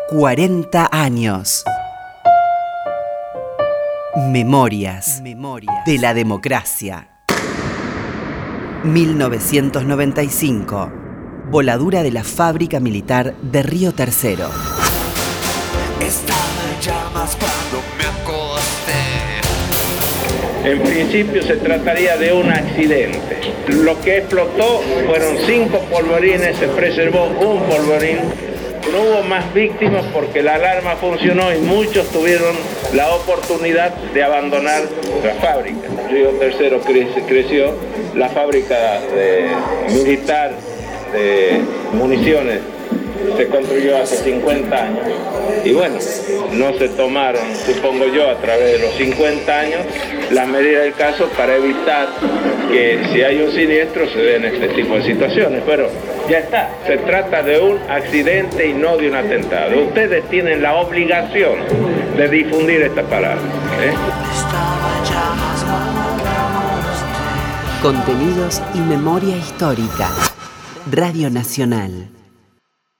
40 años. Memorias de la democracia. 1995. Voladura de la fábrica militar de Río Tercero. Estaba en llamas cuando me acosté. En principio se trataría de un accidente. Lo que explotó fueron 5 polvorines, se preservó un polvorín. No hubo más víctimas porque la alarma funcionó y muchos tuvieron la oportunidad de abandonar la fábrica. Río Tercero creció, la fábrica militar de municiones se construyó hace 50 años y bueno, no se tomaron, supongo yo, a través de los 50 años las medidas del caso para evitar que si hay un siniestro se den este tipo de situaciones, pero ya está, se trata de un accidente y no de un atentado. Ustedes tienen la obligación de difundir esta palabra, Contenidos y memoria histórica. Radio Nacional.